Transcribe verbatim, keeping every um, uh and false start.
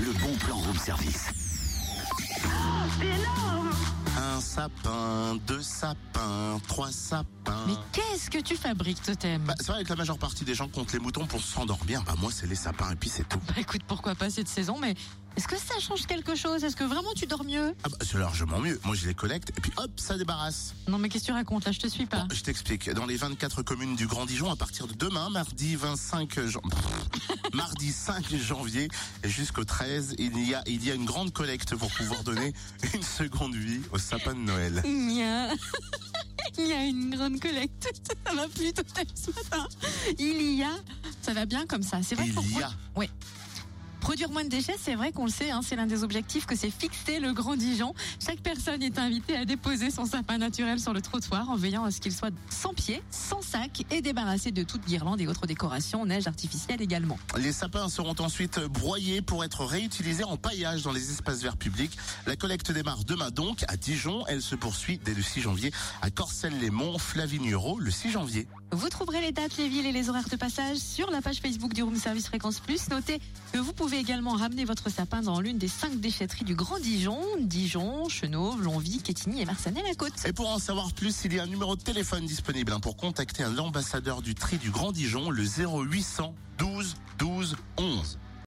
le bon plan room service. Oh, c'est énorme! Un sapin, deux sapins, trois sapins. Mais qu'est-ce que tu fabriques, Totem? Bah, c'est vrai que la majeure partie des gens comptent les moutons pour s'endormir. Bah, moi, c'est les sapins et puis c'est tout. Bah écoute, pourquoi pas cette saison, mais est-ce que ça change quelque chose? Est-ce que vraiment tu dors mieux? Ah bah, c'est largement mieux. Moi, je les collecte et puis hop, ça débarrasse. Non mais qu'est-ce que tu racontes là? Je te suis pas. Bon, je t'explique. Dans les vingt-quatre communes du Grand Dijon, à partir de demain, mardi vingt-cinq jan... mardi cinq janvier jusqu'au treize, il y a, il y a une grande collecte pour pouvoir donner une seconde vie au sapin de Noël. Il y a... Il y a une grande collecte. Ça va plus, Totem, ce matin. Il y a... Ça va bien comme ça. C'est vrai Il que pour y pro- a. Ouais. Produire moins de déchets, c'est vrai qu'on le sait, hein, c'est l'un des objectifs que s'est fixé le Grand Dijon. Chaque personne est invitée à déposer son sapin naturel sur le trottoir en veillant à ce qu'il soit sans pied, sans sac et débarrassé de toute guirlande et autres décorations, neige artificielle également. Les sapins seront ensuite broyés pour être réutilisés en paillage dans les espaces verts publics. La collecte démarre demain donc à Dijon. Elle se poursuit dès le six janvier à Corcelles-les-Monts, Flavignereau le six janvier. Vous trouverez les dates, les villes et les horaires de passage sur la page Facebook du Room Service Fréquence Plus. Notez que vous pouvez également ramener votre sapin dans l'une des cinq déchetteries du Grand Dijon, Dijon, Chenauve, Longwy, Quetigny et Marsanais-la-Côte. Et pour en savoir plus, il y a un numéro de téléphone disponible hein, pour contacter un ambassadeur du tri du Grand Dijon, le zéro huit cent douze douze onze.